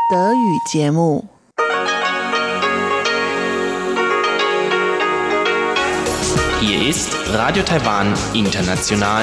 Hier ist Radio Taiwan International.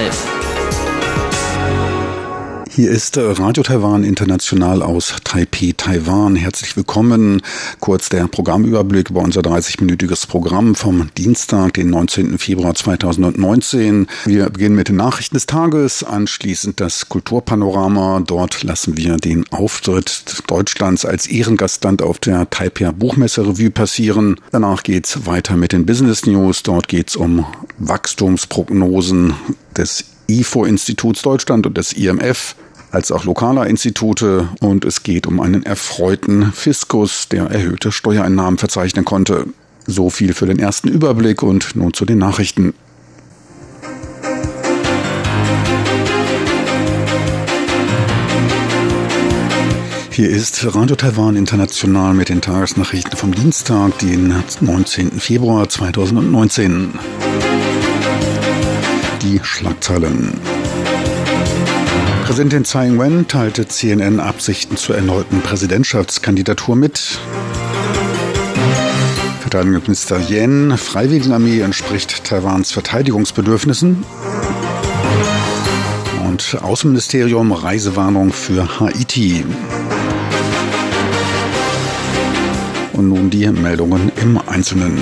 Hier ist Radio Taiwan International aus Taipei, Taiwan. Herzlich willkommen. Kurz der Programmüberblick über unser 30-minütiges Programm vom Dienstag, den 19. Februar 2019. Wir beginnen mit den Nachrichten des Tages, anschließend das Kulturpanorama. Dort lassen wir den Auftritt Deutschlands als Ehrengastland auf der Taipei Buchmesse-Revue passieren. Danach geht's weiter mit den Business News. Dort geht's um Wachstumsprognosen des IFO-Instituts Deutschland und des IMF, als auch lokaler Institute, und es geht um einen erfreuten Fiskus, der erhöhte Steuereinnahmen verzeichnen konnte. So viel für den ersten Überblick und nun zu den Nachrichten. Hier ist Radio Taiwan International mit den Tagesnachrichten vom Dienstag, den 19. Februar 2019. Die Schlagzeilen. Präsidentin Tsai Ing-wen teilte CNN Absichten zur erneuten Präsidentschaftskandidatur mit. Verteidigungsminister Yen, Freiwilligenarmee entspricht Taiwans Verteidigungsbedürfnissen. Und Außenministerium, Reisewarnung für Haiti. Und nun die Meldungen im Einzelnen.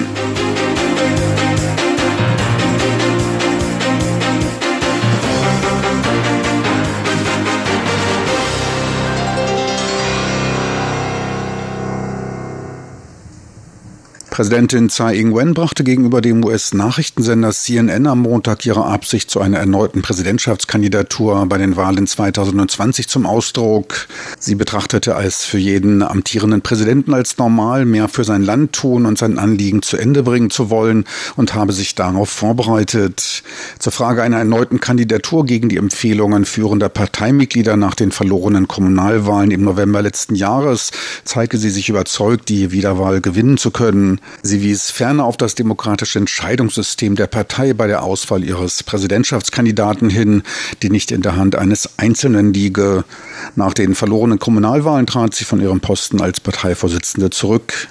Präsidentin Tsai Ing-wen brachte gegenüber dem US-Nachrichtensender CNN am Montag ihre Absicht zu einer erneuten Präsidentschaftskandidatur bei den Wahlen 2020 zum Ausdruck. Sie betrachtete es für jeden amtierenden Präsidenten als normal, mehr für sein Land tun und sein Anliegen zu Ende bringen zu wollen, und habe sich darauf vorbereitet. Zur Frage einer erneuten Kandidatur gegen die Empfehlungen führender Parteimitglieder nach den verlorenen Kommunalwahlen im November letzten Jahres zeigte sie sich überzeugt, die Wiederwahl gewinnen zu können. Sie wies ferner auf das demokratische Entscheidungssystem der Partei bei der Auswahl ihres Präsidentschaftskandidaten hin, die nicht in der Hand eines Einzelnen liege. Nach den verlorenen Kommunalwahlen trat sie von ihrem Posten als Parteivorsitzende zurück.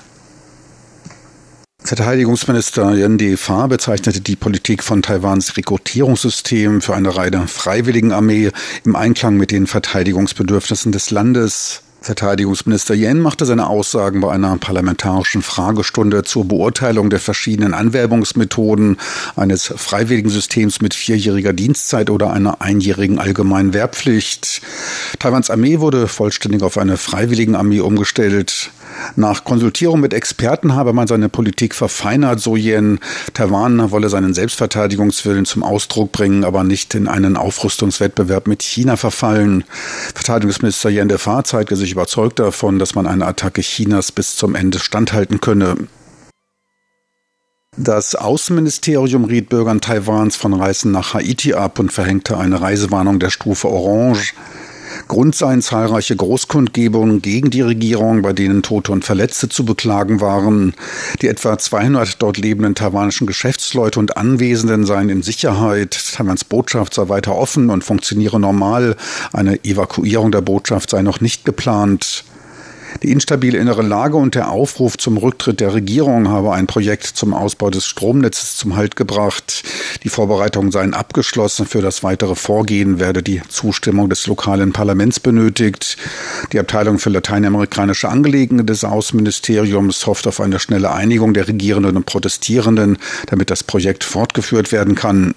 Verteidigungsminister Yen Depha bezeichnete die Politik von Taiwans Rekrutierungssystem für eine reine Freiwilligenarmee im Einklang mit den Verteidigungsbedürfnissen des Landes. Verteidigungsminister Yen machte seine Aussagen bei einer parlamentarischen Fragestunde zur Beurteilung der verschiedenen Anwerbungsmethoden eines Freiwilligensystems mit 4-jähriger Dienstzeit oder einer 1-jährigen allgemeinen Wehrpflicht. Taiwans Armee wurde vollständig auf eine Freiwilligenarmee umgestellt. Nach Konsultierung mit Experten habe man seine Politik verfeinert, so Yen. Taiwan wolle seinen Selbstverteidigungswillen zum Ausdruck bringen, aber nicht in einen Aufrüstungswettbewerb mit China verfallen. Verteidigungsminister Yen Depha zeigte sich überzeugt davon, dass man eine Attacke Chinas bis zum Ende standhalten könne. Das Außenministerium riet Bürgern Taiwans von Reisen nach Haiti ab und verhängte eine Reisewarnung der Stufe Orange. Grund seien zahlreiche Großkundgebungen gegen die Regierung, bei denen Tote und Verletzte zu beklagen waren. Die etwa 200 dort lebenden taiwanischen Geschäftsleute und Anwesenden seien in Sicherheit. Taiwans Botschaft sei weiter offen und funktioniere normal. Eine Evakuierung der Botschaft sei noch nicht geplant. Die instabile innere Lage und der Aufruf zum Rücktritt der Regierung habe ein Projekt zum Ausbau des Stromnetzes zum Halt gebracht. Die Vorbereitungen seien abgeschlossen. Für das weitere Vorgehen werde die Zustimmung des lokalen Parlaments benötigt. Die Abteilung für lateinamerikanische Angelegenheiten des Außenministeriums hofft auf eine schnelle Einigung der Regierenden und Protestierenden, damit das Projekt fortgeführt werden kann.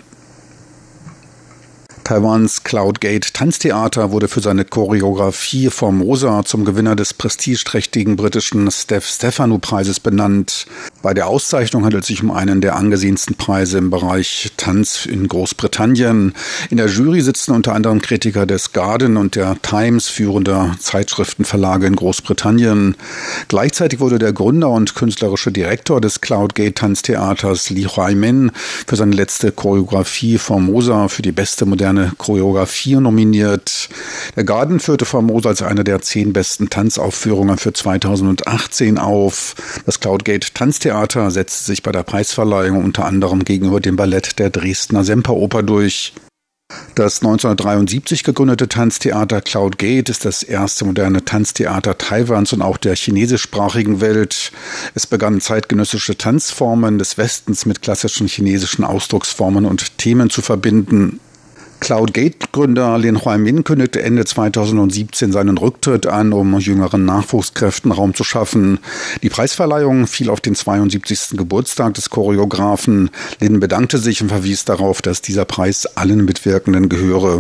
Taiwans Cloudgate Tanztheater wurde für seine Choreografie Formosa zum Gewinner des prestigeträchtigen britischen Stefano-Preises benannt. Bei der Auszeichnung handelt es sich um einen der angesehensten Preise im Bereich Tanz in Großbritannien. In der Jury sitzen unter anderem Kritiker des Guardian und der Times, führender Zeitschriftenverlage in Großbritannien. Gleichzeitig wurde der Gründer und künstlerische Direktor des Cloudgate Tanztheaters Li Huaimin für seine letzte Choreografie Formosa für die beste moderne Choreografie nominiert. Der Guardian führte Formosa als eine der 10 besten Tanzaufführungen für 2018 auf. Das Cloudgate Tanztheater setzte sich bei der Preisverleihung unter anderem gegenüber dem Ballett der Dresdner Semperoper durch. Das 1973 gegründete Tanztheater Cloud Gate ist das erste moderne Tanztheater Taiwans und auch der chinesischsprachigen Welt. Es begann zeitgenössische Tanzformen des Westens mit klassischen chinesischen Ausdrucksformen und Themen zu verbinden. Cloud Gate-Gründer Lin Huaimin kündigte Ende 2017 seinen Rücktritt an, um jüngeren Nachwuchskräften Raum zu schaffen. Die Preisverleihung fiel auf den 72. Geburtstag des Choreografen. Lin bedankte sich und verwies darauf, dass dieser Preis allen Mitwirkenden gehöre.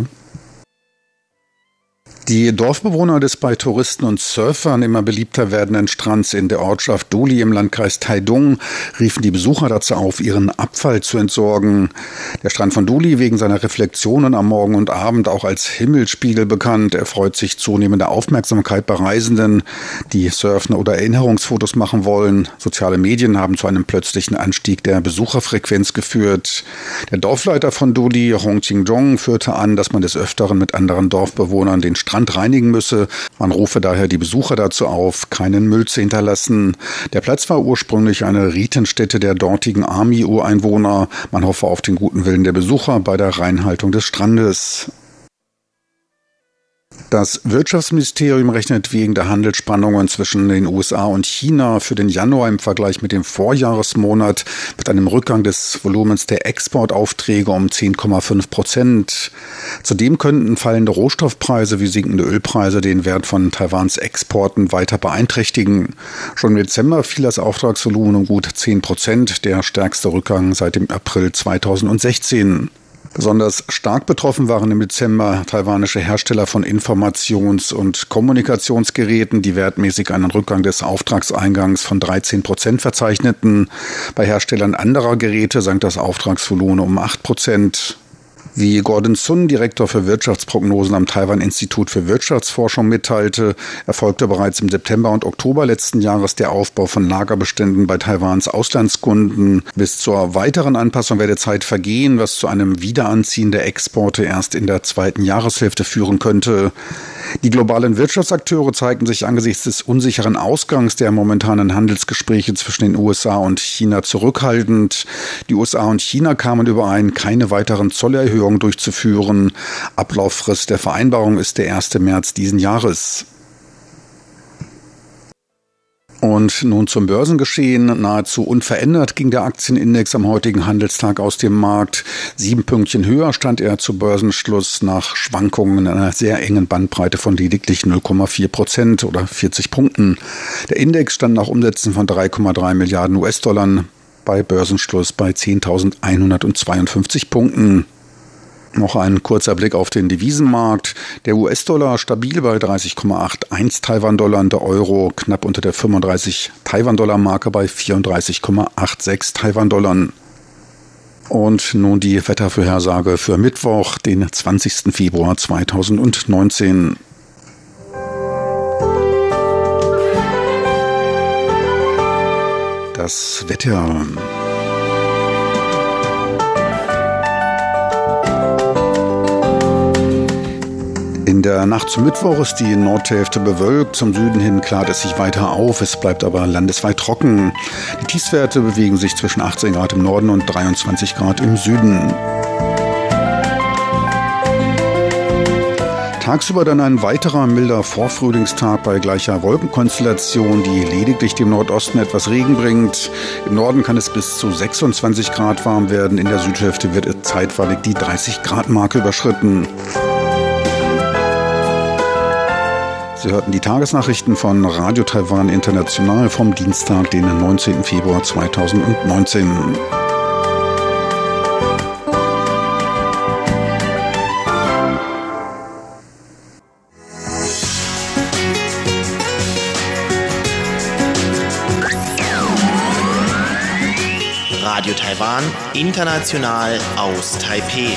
Die Dorfbewohner des bei Touristen und Surfern immer beliebter werdenden Strands in der Ortschaft Duli im Landkreis Taidung riefen die Besucher dazu auf, ihren Abfall zu entsorgen. Der Strand von Duli, wegen seiner Reflexionen am Morgen und Abend auch als Himmelsspiegel bekannt, erfreut sich zunehmender Aufmerksamkeit bei Reisenden, die surfen oder Erinnerungsfotos machen wollen. Soziale Medien haben zu einem plötzlichen Anstieg der Besucherfrequenz geführt. Der Dorfleiter von Duli, Hong Qingjong, führte an, dass man des Öfteren mit anderen Dorfbewohnern den Strand reinigen müsse. Man rufe daher die Besucher dazu auf, keinen Müll zu hinterlassen. Der Platz war ursprünglich eine Ritenstätte der dortigen Ami-Ureinwohner. Man hoffe auf den guten Willen der Besucher bei der Reinhaltung des Strandes. Das Wirtschaftsministerium rechnet wegen der Handelsspannungen zwischen den USA und China für den Januar im Vergleich mit dem Vorjahresmonat mit einem Rückgang des Volumens der Exportaufträge um 10,5%. Zudem könnten fallende Rohstoffpreise wie sinkende Ölpreise den Wert von Taiwans Exporten weiter beeinträchtigen. Schon im Dezember fiel das Auftragsvolumen um gut 10%, der stärkste Rückgang seit dem April 2016. Besonders stark betroffen waren im Dezember taiwanische Hersteller von Informations- und Kommunikationsgeräten, die wertmäßig einen Rückgang des Auftragseingangs von 13% verzeichneten. Bei Herstellern anderer Geräte sank das Auftragsvolumen um 8%. Wie Gordon Sun, Direktor für Wirtschaftsprognosen am Taiwan-Institut für Wirtschaftsforschung, mitteilte, erfolgte bereits im September und Oktober letzten Jahres der Aufbau von Lagerbeständen bei Taiwans Auslandskunden. Bis zur weiteren Anpassung werde Zeit vergehen, was zu einem Wiederanziehen der Exporte erst in der zweiten Jahreshälfte führen könnte. Die globalen Wirtschaftsakteure zeigten sich angesichts des unsicheren Ausgangs der momentanen Handelsgespräche zwischen den USA und China zurückhaltend. Die USA und China kamen überein, keine weiteren Zollerhöhungen durchzuführen. Ablauffrist der Vereinbarung ist der 1. März diesen Jahres. Und nun zum Börsengeschehen. Nahezu unverändert ging der Aktienindex am heutigen Handelstag aus dem Markt. 7 Pünktchen höher stand er zu Börsenschluss nach Schwankungen in einer sehr engen Bandbreite von lediglich 0,4% oder 40 Punkten. Der Index stand nach Umsätzen von 3,3 Milliarden US-Dollar bei Börsenschluss bei 10.152 Punkten. Noch ein kurzer Blick auf den Devisenmarkt. Der US-Dollar stabil bei 30,81 Taiwan-Dollar, der Euro knapp unter der 35 Taiwan-Dollar-Marke bei 34,86 Taiwan-Dollar. Und nun die Wettervorhersage für Mittwoch, den 20. Februar 2019. Das Wetter. In der Nacht zum Mittwoch ist die Nordhälfte bewölkt, zum Süden hin klart es sich weiter auf, es bleibt aber landesweit trocken. Die Tiefstwerte bewegen sich zwischen 18 Grad im Norden und 23 Grad im Süden. Tagsüber dann ein weiterer milder Vorfrühlingstag bei gleicher Wolkenkonstellation, die lediglich dem Nordosten etwas Regen bringt. Im Norden kann es bis zu 26 Grad warm werden, in der Südhälfte wird zeitweilig die 30 Grad Marke überschritten. Sie hörten die Tagesnachrichten von Radio Taiwan International vom Dienstag, den 19. Februar 2019. Radio Taiwan International aus Taipeh.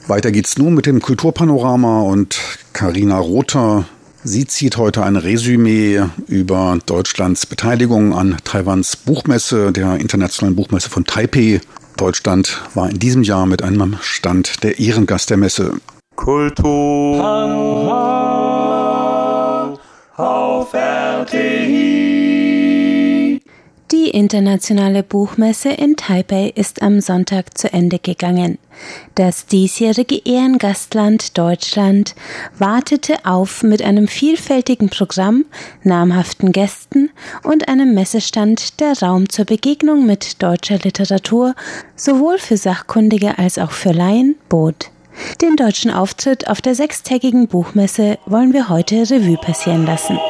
Weiter geht's nun mit dem Kulturpanorama und Carina Rother. Sie zieht heute ein Resümee über Deutschlands Beteiligung an Taiwans Buchmesse, der Internationalen Buchmesse von Taipei. Deutschland war in diesem Jahr mit einem Stand der Ehrengast der Messe. Kultur auf RTI. Die internationale Buchmesse in Taipei ist am Sonntag zu Ende gegangen. Das diesjährige Ehrengastland Deutschland wartete auf mit einem vielfältigen Programm, namhaften Gästen und einem Messestand, der Raum zur Begegnung mit deutscher Literatur sowohl für Sachkundige als auch für Laien bot. Den deutschen Auftritt auf der 6-tägigen Buchmesse wollen wir heute Revue passieren lassen.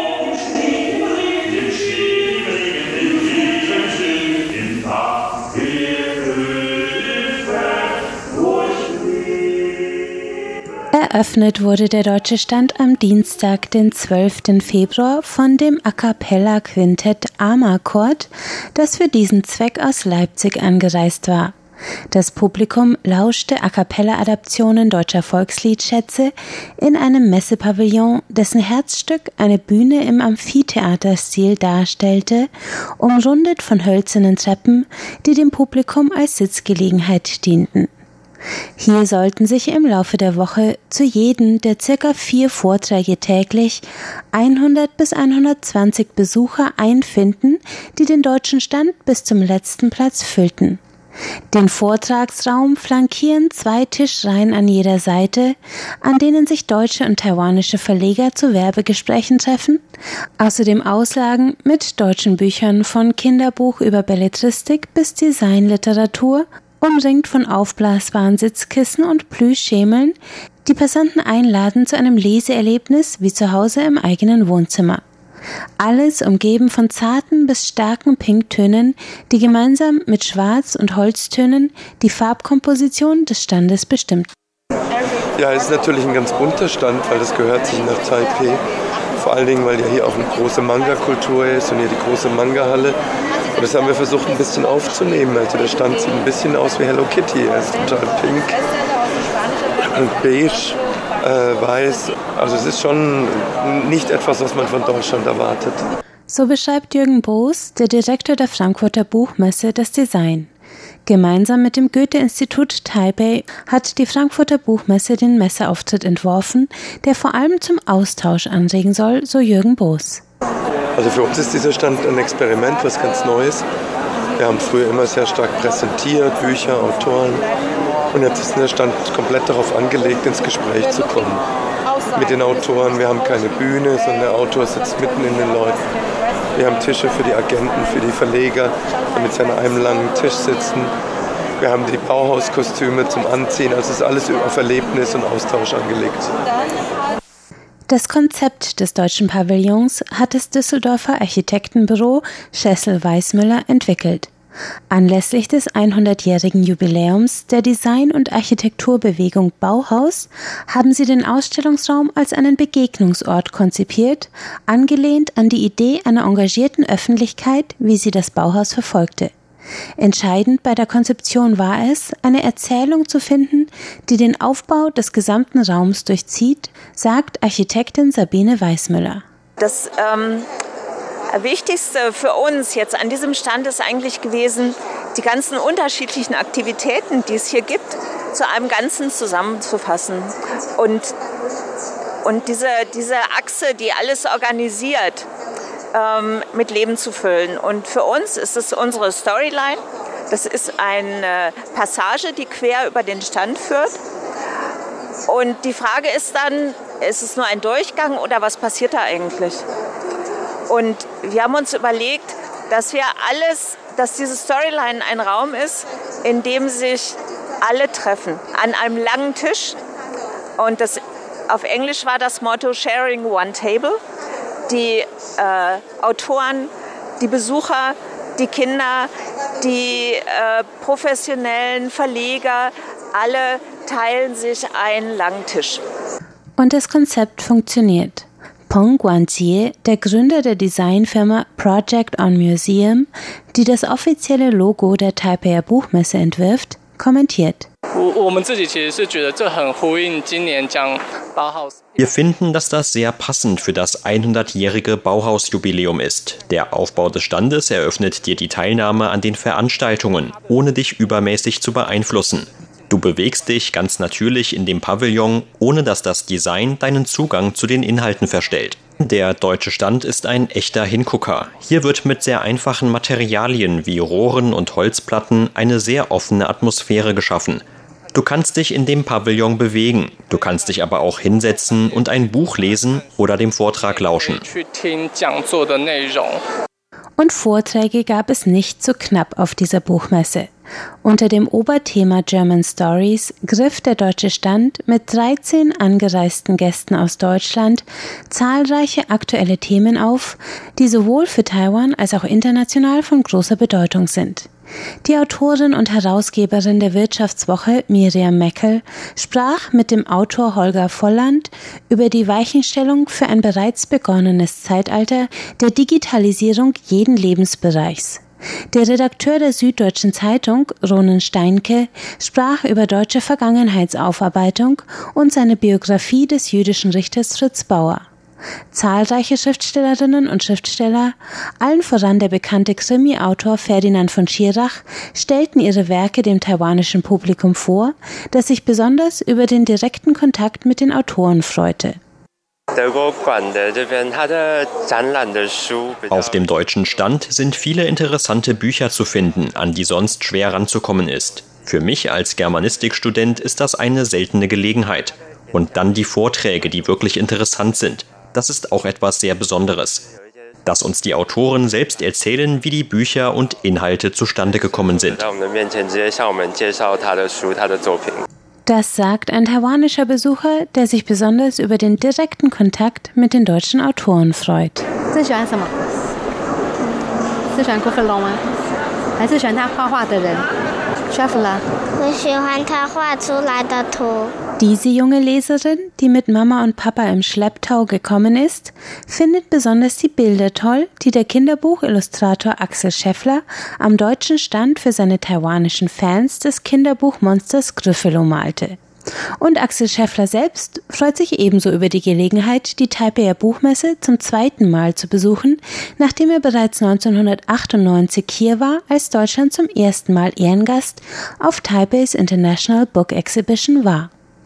Eröffnet wurde der deutsche Stand am Dienstag, den 12. Februar, von dem A-cappella-Quintett Amarcord, das für diesen Zweck aus Leipzig angereist war. Das Publikum lauschte A-cappella-Adaptionen deutscher Volksliedschätze in einem Messepavillon, dessen Herzstück eine Bühne im Amphitheaterstil darstellte, umrundet von hölzernen Treppen, die dem Publikum als Sitzgelegenheit dienten. Hier sollten sich im Laufe der Woche zu jedem der ca. 4 Vorträge täglich 100 bis 120 Besucher einfinden, die den deutschen Stand bis zum letzten Platz füllten. Den Vortragsraum flankieren 2 Tischreihen an jeder Seite, an denen sich deutsche und taiwanische Verleger zu Werbegesprächen treffen, außerdem Auslagen mit deutschen Büchern von Kinderbuch über Belletristik bis Designliteratur, umringt von aufblasbaren Sitzkissen und Plüschschemeln, die Passanten einladen zu einem Leseerlebnis wie zu Hause im eigenen Wohnzimmer. Alles umgeben von zarten bis starken Pinktönen, die gemeinsam mit Schwarz- und Holztönen die Farbkomposition des Standes bestimmt. Ja, es ist natürlich ein ganz bunter Stand, weil das gehört sich nach Taipei. Vor allen Dingen, weil ja hier auch eine große Manga-Kultur ist und hier die große Manga-Halle. Und das haben wir versucht ein bisschen aufzunehmen. Also der Stand sieht ein bisschen aus wie Hello Kitty. Er ist total pink und beige, weiß. Also es ist schon nicht etwas, was man von Deutschland erwartet. So beschreibt Jürgen Boos, der Direktor der Frankfurter Buchmesse, das Design. Gemeinsam mit dem Goethe-Institut Taipei hat die Frankfurter Buchmesse den Messeauftritt entworfen, der vor allem zum Austausch anregen soll, so Jürgen Boos. Also für uns ist dieser Stand ein Experiment, was ganz Neues. Wir haben früher immer sehr stark präsentiert, Bücher, Autoren. Und jetzt ist der Stand komplett darauf angelegt, ins Gespräch zu kommen mit den Autoren. Wir haben keine Bühne, sondern der Autor sitzt mitten in den Leuten. Wir haben Tische für die Agenten, für die Verleger, die mit seinem einem langen Tisch sitzen. Wir haben die Bauhauskostüme zum Anziehen. Also es ist alles auf Erlebnis und Austausch angelegt. Das Konzept des deutschen Pavillons hat das Düsseldorfer Architektenbüro Schessel-Weissmüller entwickelt. Anlässlich des 100-jährigen Jubiläums der Design- und Architekturbewegung Bauhaus haben sie den Ausstellungsraum als einen Begegnungsort konzipiert, angelehnt an die Idee einer engagierten Öffentlichkeit, wie sie das Bauhaus verfolgte. Entscheidend bei der Konzeption war es, eine Erzählung zu finden, die den Aufbau des gesamten Raums durchzieht, sagt Architektin Sabine Weissmüller. Das Wichtigste für uns jetzt an diesem Stand ist eigentlich gewesen, die ganzen unterschiedlichen Aktivitäten, die es hier gibt, zu einem Ganzen zusammenzufassen. Und diese Achse, die alles organisiert, mit Leben zu füllen. Und für uns ist es unsere Storyline. Das ist eine Passage, die quer über den Stand führt. Und die Frage ist dann, ist es nur ein Durchgang oder was passiert da eigentlich? Und wir haben uns überlegt, dass diese Storyline ein Raum ist, in dem sich alle treffen, an einem langen Tisch. Und auf Englisch war das Motto Sharing One Table. Die Autoren, die Besucher, die Kinder, die professionellen Verleger, alle teilen sich einen langen Tisch. Und das Konzept funktioniert. Peng Guanjie, der Gründer der Designfirma Project on Museum, die das offizielle Logo der Taipeier Buchmesse entwirft, kommentiert. Wir finden, dass das sehr passend für das 100-jährige Bauhausjubiläum ist. Der Aufbau des Standes eröffnet dir die Teilnahme an den Veranstaltungen, ohne dich übermäßig zu beeinflussen. Du bewegst dich ganz natürlich in dem Pavillon, ohne dass das Design deinen Zugang zu den Inhalten verstellt. Der deutsche Stand ist ein echter Hingucker. Hier wird mit sehr einfachen Materialien wie Rohren und Holzplatten eine sehr offene Atmosphäre geschaffen. Du kannst dich in dem Pavillon bewegen, du kannst dich aber auch hinsetzen und ein Buch lesen oder dem Vortrag lauschen. Und Vorträge gab es nicht so knapp auf dieser Buchmesse. Unter dem Oberthema German Stories griff der deutsche Stand mit 13 angereisten Gästen aus Deutschland zahlreiche aktuelle Themen auf, die sowohl für Taiwan als auch international von großer Bedeutung sind. Die Autorin und Herausgeberin der Wirtschaftswoche Miriam Meckel sprach mit dem Autor Holger Volland über die Weichenstellung für ein bereits begonnenes Zeitalter der Digitalisierung jeden Lebensbereichs. Der Redakteur der Süddeutschen Zeitung, Ronen Steinke, sprach über deutsche Vergangenheitsaufarbeitung und seine Biografie des jüdischen Richters Fritz Bauer. Zahlreiche Schriftstellerinnen und Schriftsteller, allen voran der bekannte Krimi-Autor Ferdinand von Schirach, stellten ihre Werke dem taiwanischen Publikum vor, das sich besonders über den direkten Kontakt mit den Autoren freute. Auf dem deutschen Stand sind viele interessante Bücher zu finden, an die sonst schwer ranzukommen ist. Für mich als Germanistikstudent ist das eine seltene Gelegenheit. Und dann die Vorträge, die wirklich interessant sind. Das ist auch etwas sehr Besonderes. Dass uns die Autoren selbst erzählen, wie die Bücher und Inhalte zustande gekommen sind. Das sagt ein taiwanischer Besucher, der sich besonders über den direkten Kontakt mit den deutschen Autoren freut. Diese junge Leserin, die mit Mama und Papa im Schlepptau gekommen ist, findet besonders die Bilder toll, die der Kinderbuchillustrator Axel Scheffler am deutschen Stand für seine taiwanischen Fans des Kinderbuchmonsters Gryffalo malte. Und Axel Scheffler selbst freut sich ebenso über die Gelegenheit, die Taipeier Buchmesse zum zweiten Mal zu besuchen, nachdem er bereits 1998 hier war, als Deutschland zum ersten Mal Ehrengast auf Taipeis International Book Exhibition war.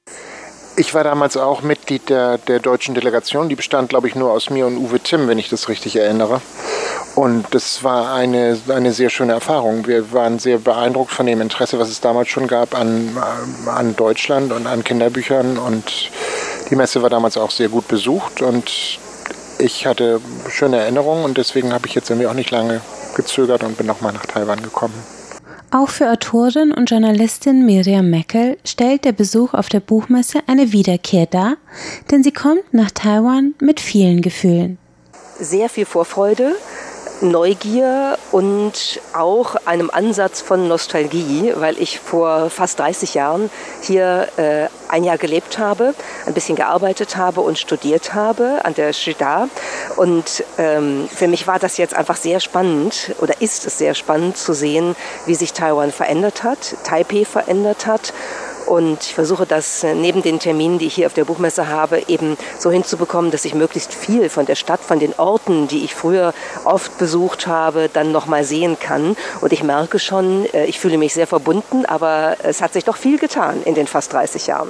Ich war damals auch Mitglied der deutschen Delegation. Die bestand, glaube ich, nur aus mir und Uwe Timm, wenn ich das richtig erinnere. Und das war eine sehr schöne Erfahrung. Wir waren sehr beeindruckt von dem Interesse, was es damals schon gab an Deutschland und an Kinderbüchern. Und die Messe war damals auch sehr gut besucht. Und ich hatte schöne Erinnerungen. Und deswegen habe ich jetzt irgendwie auch nicht lange gezögert und bin nochmal nach Taiwan gekommen. Auch für Autorin und Journalistin Miriam Meckel stellt der Besuch auf der Buchmesse eine Wiederkehr dar, denn sie kommt nach Taiwan mit vielen Gefühlen. Sehr viel Vorfreude, Neugier und auch einem Ansatz von Nostalgie, weil ich vor fast 30 Jahren hier ein Jahr gelebt habe, ein bisschen gearbeitet habe und studiert habe an der Shida. Und für mich war das jetzt einfach sehr spannend oder ist es sehr spannend zu sehen, wie sich Taiwan verändert hat, Taipei verändert hat. Und ich versuche das neben den Terminen, die ich hier auf der Buchmesse habe, eben so hinzubekommen, dass ich möglichst viel von der Stadt, von den Orten, die ich früher oft besucht habe, dann nochmal sehen kann. Und ich merke schon, ich fühle mich sehr verbunden, aber es hat sich doch viel getan in den fast 30 Jahren.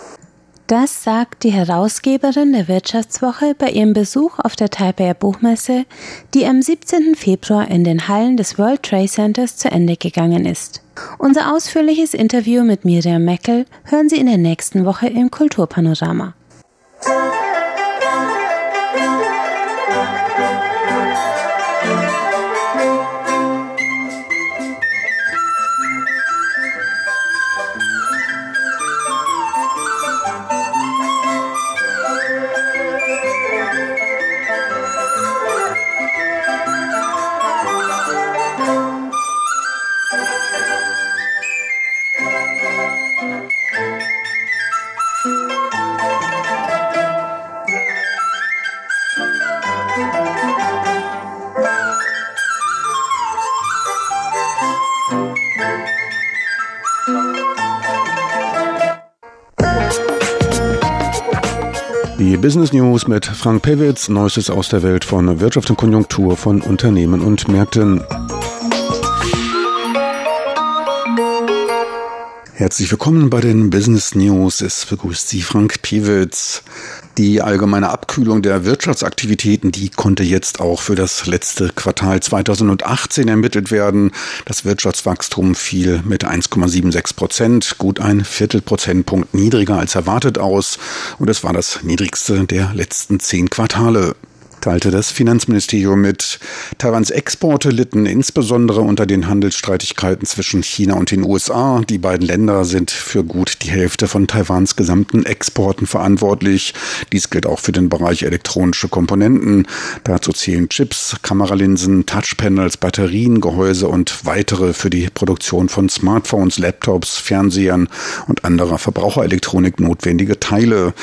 Das sagt die Herausgeberin der Wirtschaftswoche bei ihrem Besuch auf der Taipeier Buchmesse, die am 17. Februar in den Hallen des World Trade Centers zu Ende gegangen ist. Unser ausführliches Interview mit Miriam Meckel hören Sie in der nächsten Woche im Kulturpanorama. Die Business News mit Frank Pewitz, Neuestes aus der Welt von Wirtschaft und Konjunktur von Unternehmen und Märkten. Herzlich willkommen bei den Business News. Es begrüßt Sie Frank Pewitz. Die allgemeine Abkühlung der Wirtschaftsaktivitäten, die konnte jetzt auch für das letzte Quartal 2018 ermittelt werden. Das Wirtschaftswachstum fiel mit 1,76%, gut ein Viertelprozentpunkt niedriger als erwartet aus. Und es war das niedrigste der letzten 10 Quartale. Teilte das Finanzministerium mit. Taiwans Exporte litten insbesondere unter den Handelsstreitigkeiten zwischen China und den USA. Die beiden Länder sind für gut die Hälfte von Taiwans gesamten Exporten verantwortlich. Dies gilt auch für den Bereich elektronische Komponenten. Dazu zählen Chips, Kameralinsen, Touchpanels, Batterien, Gehäuse und weitere für die Produktion von Smartphones, Laptops, Fernsehern und anderer Verbraucherelektronik notwendige Teile.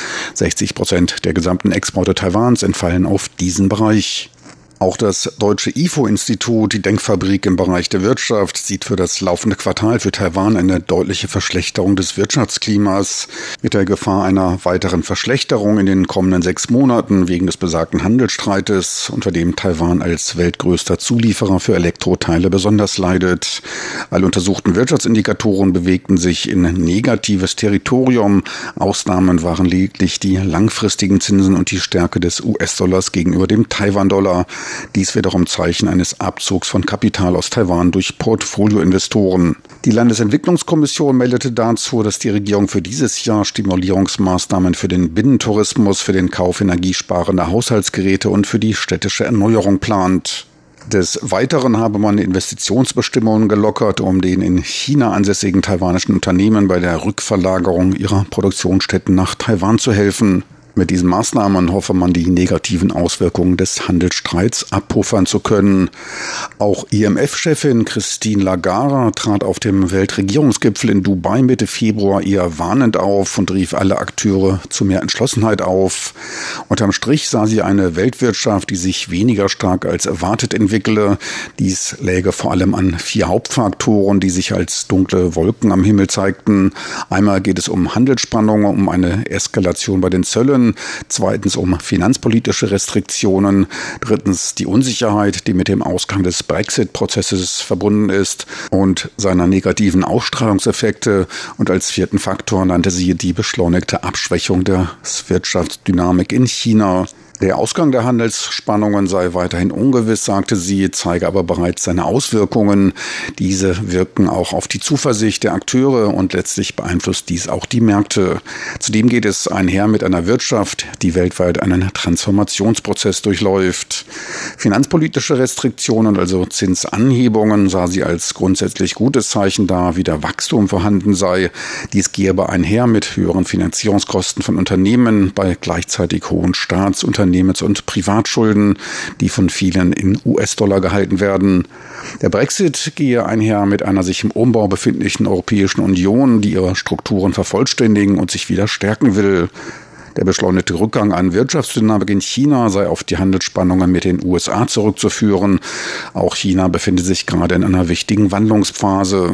60% der gesamten Exporte Taiwans entfallen auf diesen Bereich. Auch das Deutsche IFO-Institut, die Denkfabrik im Bereich der Wirtschaft, sieht für das laufende Quartal für Taiwan eine deutliche Verschlechterung des Wirtschaftsklimas mit der Gefahr einer weiteren Verschlechterung in den kommenden 6 Monaten wegen des besagten Handelsstreites, unter dem Taiwan als weltgrößter Zulieferer für Elektroteile besonders leidet. Alle untersuchten Wirtschaftsindikatoren bewegten sich in negatives Territorium. Ausnahmen waren lediglich die langfristigen Zinsen und die Stärke des US-Dollars gegenüber dem Taiwan-Dollar. Dies wiederum Zeichen eines Abzugs von Kapital aus Taiwan durch Portfolioinvestoren. Die Landesentwicklungskommission meldete dazu, dass die Regierung für dieses Jahr Stimulierungsmaßnahmen für den Binnentourismus, für den Kauf energiesparender Haushaltsgeräte und für die städtische Erneuerung plant. Des Weiteren habe man Investitionsbestimmungen gelockert, um den in China ansässigen taiwanischen Unternehmen bei der Rückverlagerung ihrer Produktionsstätten nach Taiwan zu helfen. Mit diesen Maßnahmen hoffe man, die negativen Auswirkungen des Handelsstreits abpuffern zu können. Auch IMF-Chefin Christine Lagarde trat auf dem Weltregierungsgipfel in Dubai Mitte Februar eher warnend auf und rief alle Akteure zu mehr Entschlossenheit auf. Unterm Strich sah sie eine Weltwirtschaft, die sich weniger stark als erwartet entwickle. Dies läge vor allem an 4 Hauptfaktoren, die sich als dunkle Wolken am Himmel zeigten. Einmal geht es um Handelsspannungen, um eine Eskalation bei den Zöllen. Zweitens um finanzpolitische Restriktionen. Drittens die Unsicherheit, die mit dem Ausgang des Brexit-Prozesses verbunden ist und seiner negativen Ausstrahlungseffekte. Und als 4. Faktor nannte sie die beschleunigte Abschwächung der Wirtschaftsdynamik in China. Der Ausgang der Handelsspannungen sei weiterhin ungewiss, sagte sie, zeige aber bereits seine Auswirkungen. Diese wirken auch auf die Zuversicht der Akteure und letztlich beeinflusst dies auch die Märkte. Zudem geht es einher mit einer Wirtschaft, die weltweit einen Transformationsprozess durchläuft. Finanzpolitische Restriktionen, also Zinsanhebungen, sah sie als grundsätzlich gutes Zeichen dar, wieder Wachstum vorhanden sei. Dies gehe aber einher mit höheren Finanzierungskosten von Unternehmen bei gleichzeitig hohen Staatsunternehmens- und Privatschulden, die von vielen in US-Dollar gehalten werden. Der Brexit gehe einher mit einer sich im Umbau befindlichen Europäischen Union, die ihre Strukturen vervollständigen und sich wieder stärken will. Der beschleunigte Rückgang an Wirtschaftsdynamik in China sei auf die Handelsspannungen mit den USA zurückzuführen. Auch China befindet sich gerade in einer wichtigen Wandlungsphase.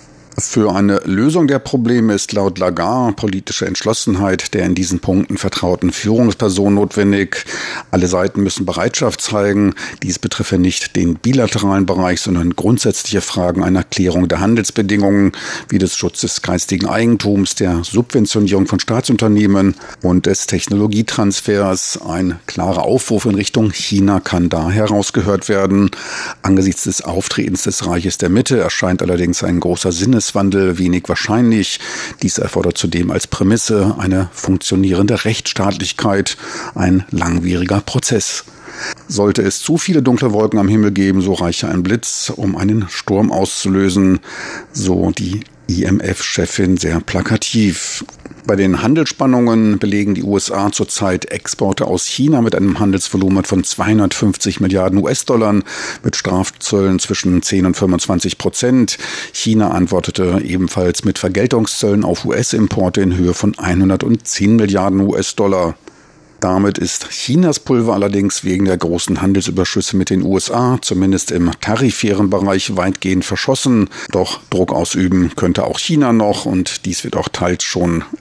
Für eine Lösung der Probleme ist laut Lagarde politische Entschlossenheit der in diesen Punkten vertrauten Führungsperson notwendig. Alle Seiten müssen Bereitschaft zeigen. Dies betreffe nicht den bilateralen Bereich, sondern grundsätzliche Fragen einer Klärung der Handelsbedingungen, wie des Schutzes geistigen Eigentums, der Subventionierung von Staatsunternehmen und des Technologietransfers. Ein klarer Aufruf in Richtung China kann da herausgehört werden. Angesichts des Auftretens des Reiches der Mitte erscheint allerdings ein großer Sinneswandel wenig wahrscheinlich. Dies erfordert zudem als Prämisse eine funktionierende Rechtsstaatlichkeit, ein langwieriger Prozess. Sollte es zu viele dunkle Wolken am Himmel geben, so reiche ein Blitz, um einen Sturm auszulösen, so die IMF-Chefin sehr plakativ. Bei den Handelsspannungen belegen die USA zurzeit Exporte aus China mit einem Handelsvolumen von 250 Milliarden US-Dollar mit Strafzöllen zwischen 10 und 25%. China antwortete ebenfalls mit Vergeltungszöllen auf US-Importe in Höhe von 110 Milliarden US-Dollar. Damit ist Chinas Pulver allerdings wegen der großen Handelsüberschüsse mit den USA, zumindest im tarifären Bereich, weitgehend verschossen. Doch Druck ausüben könnte auch China noch und dies wird auch teils schon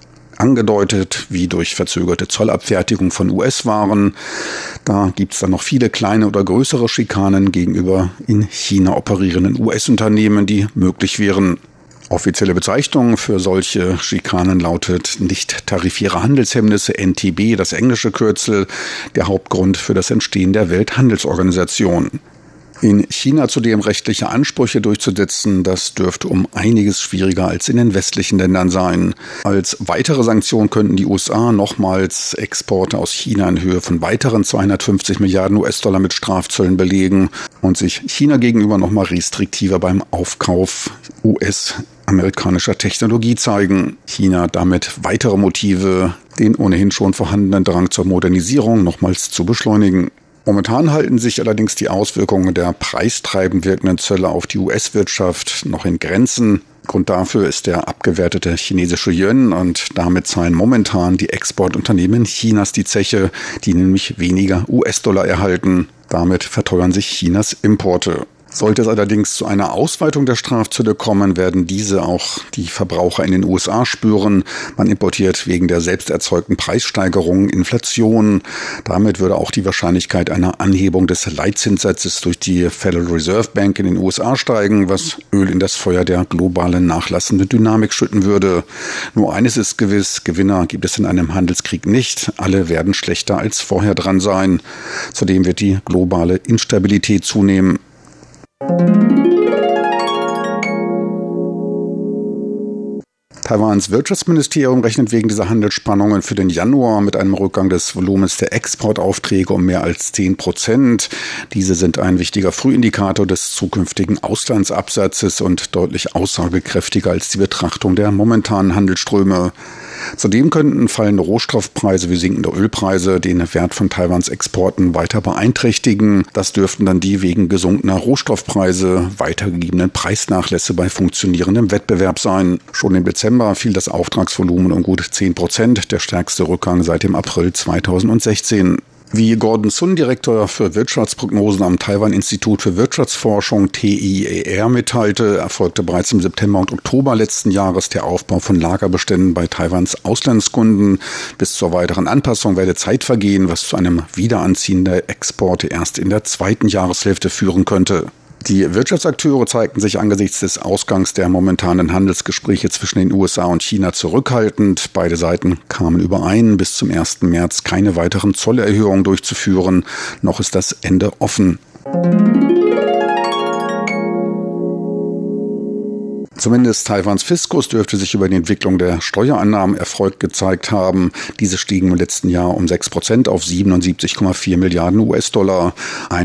angedeutet, wie durch verzögerte Zollabfertigung von US-Waren. Da gibt es dann noch viele kleine oder größere Schikanen gegenüber in China operierenden US-Unternehmen, die möglich wären. Offizielle Bezeichnung für solche Schikanen lautet nicht-tarifäre Handelshemmnisse, NTB, das englische Kürzel, der Hauptgrund für das Entstehen der Welthandelsorganisation. In China zudem rechtliche Ansprüche durchzusetzen, das dürfte um einiges schwieriger als in den westlichen Ländern sein. Als weitere Sanktion könnten die USA nochmals Exporte aus China in Höhe von weiteren 250 Milliarden US-Dollar mit Strafzöllen belegen und sich China gegenüber nochmal restriktiver beim Aufkauf US-amerikanischer Technologie zeigen. China damit weitere Motive, den ohnehin schon vorhandenen Drang zur Modernisierung nochmals zu beschleunigen. Momentan halten sich allerdings die Auswirkungen der preistreibend wirkenden Zölle auf die US-Wirtschaft noch in Grenzen. Grund dafür ist der abgewertete chinesische Yuan und damit zahlen momentan die Exportunternehmen Chinas die Zeche, die nämlich weniger US-Dollar erhalten. Damit verteuern sich Chinas Importe. Sollte es allerdings zu einer Ausweitung der Strafzölle kommen, werden diese auch die Verbraucher in den USA spüren. Man importiert wegen der selbst erzeugten Preissteigerungen Inflation. Damit würde auch die Wahrscheinlichkeit einer Anhebung des Leitzinssatzes durch die Federal Reserve Bank in den USA steigen, was Öl in das Feuer der globalen nachlassenden Dynamik schütten würde. Nur eines ist gewiss, Gewinner gibt es in einem Handelskrieg nicht. Alle werden schlechter als vorher dran sein. Zudem wird die globale Instabilität zunehmen. Taiwans Wirtschaftsministerium rechnet wegen dieser Handelsspannungen für den Januar mit einem Rückgang des Volumens der Exportaufträge um mehr als 10%. Diese sind ein wichtiger Frühindikator des zukünftigen Auslandsabsatzes und deutlich aussagekräftiger als die Betrachtung der momentanen Handelsströme. Zudem könnten fallende Rohstoffpreise wie sinkende Ölpreise den Wert von Taiwans Exporten weiter beeinträchtigen. Das dürften dann die wegen gesunkener Rohstoffpreise weitergegebenen Preisnachlässe bei funktionierendem Wettbewerb sein. Schon im Dezember fiel das Auftragsvolumen um gut 10%, der stärkste Rückgang seit dem April 2016. Wie Gordon Sun, Direktor für Wirtschaftsprognosen am Taiwan-Institut für Wirtschaftsforschung TIER mitteilte, erfolgte bereits im September und Oktober letzten Jahres der Aufbau von Lagerbeständen bei Taiwans Auslandskunden. Bis zur weiteren Anpassung werde Zeit vergehen, was zu einem Wiederanziehen der Exporte erst in der zweiten Jahreshälfte führen könnte. Die Wirtschaftsakteure zeigten sich angesichts des Ausgangs der momentanen Handelsgespräche zwischen den USA und China zurückhaltend. Beide Seiten kamen überein, bis zum 1. März keine weiteren Zollerhöhungen durchzuführen. Noch ist das Ende offen. Zumindest Taiwans Fiskus dürfte sich über die Entwicklung der Steuerannahmen Erfolg gezeigt haben. Diese stiegen im letzten Jahr um 6% auf 77,4 Milliarden US-Dollar.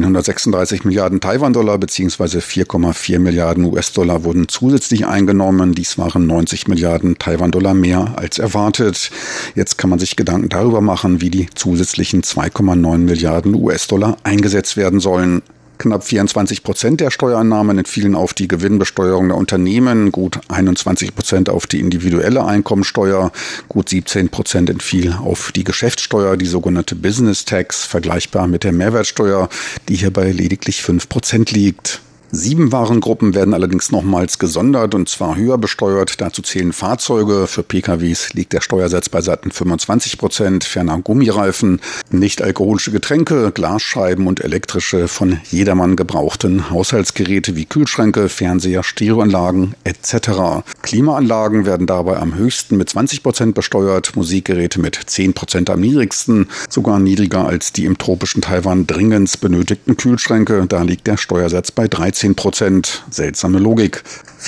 136 Milliarden Taiwan-Dollar bzw. 4,4 Milliarden US-Dollar wurden zusätzlich eingenommen. Dies waren 90 Milliarden Taiwan-Dollar mehr als erwartet. Jetzt kann man sich Gedanken darüber machen, wie die zusätzlichen 2,9 Milliarden US-Dollar eingesetzt werden sollen. Knapp 24% der Steuereinnahmen entfielen auf die Gewinnbesteuerung der Unternehmen, gut 21% auf die individuelle Einkommensteuer, gut 17% entfiel auf die Geschäftssteuer, die sogenannte Business Tax, vergleichbar mit der Mehrwertsteuer, die hier bei lediglich 5% liegt. 7 Warengruppen werden allerdings nochmals gesondert und zwar höher besteuert. Dazu zählen Fahrzeuge. Für PKWs liegt der Steuersatz bei satten 25%, ferner Gummireifen, nicht-alkoholische Getränke, Glasscheiben und elektrische, von jedermann gebrauchten Haushaltsgeräte wie Kühlschränke, Fernseher, Stereoanlagen etc. Klimaanlagen werden dabei am höchsten mit 20% besteuert, Musikgeräte mit 10% am niedrigsten, sogar niedriger als die im tropischen Taiwan dringend benötigten Kühlschränke. Da liegt der Steuersatz bei 13%. Seltsame Logik.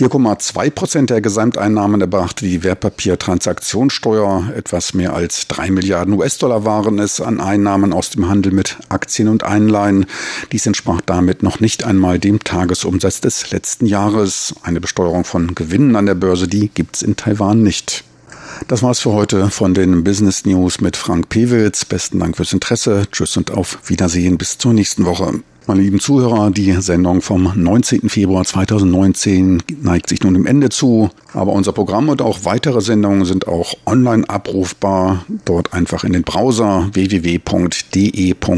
4,2% der Gesamteinnahmen erbrachte die Wertpapiertransaktionssteuer. Etwas mehr als 3 Milliarden US-Dollar waren es an Einnahmen aus dem Handel mit Aktien und Anleihen. Dies entsprach damit noch nicht einmal dem Tagesumsatz des letzten Jahres. Eine Besteuerung von Gewinnen an der Börse, die gibt's in Taiwan nicht. Das war's für heute von den Business News mit Frank Pewitz. Besten Dank fürs Interesse. Tschüss und auf Wiedersehen bis zur nächsten Woche. Meine lieben Zuhörer, die Sendung vom 19. Februar 2019 neigt sich nun dem Ende zu. Aber unser Programm und auch weitere Sendungen sind auch online abrufbar. Dort einfach in den Browser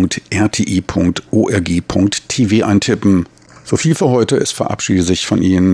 www.de.rti.org.tv eintippen. So viel für heute. Es verabschiede sich von Ihnen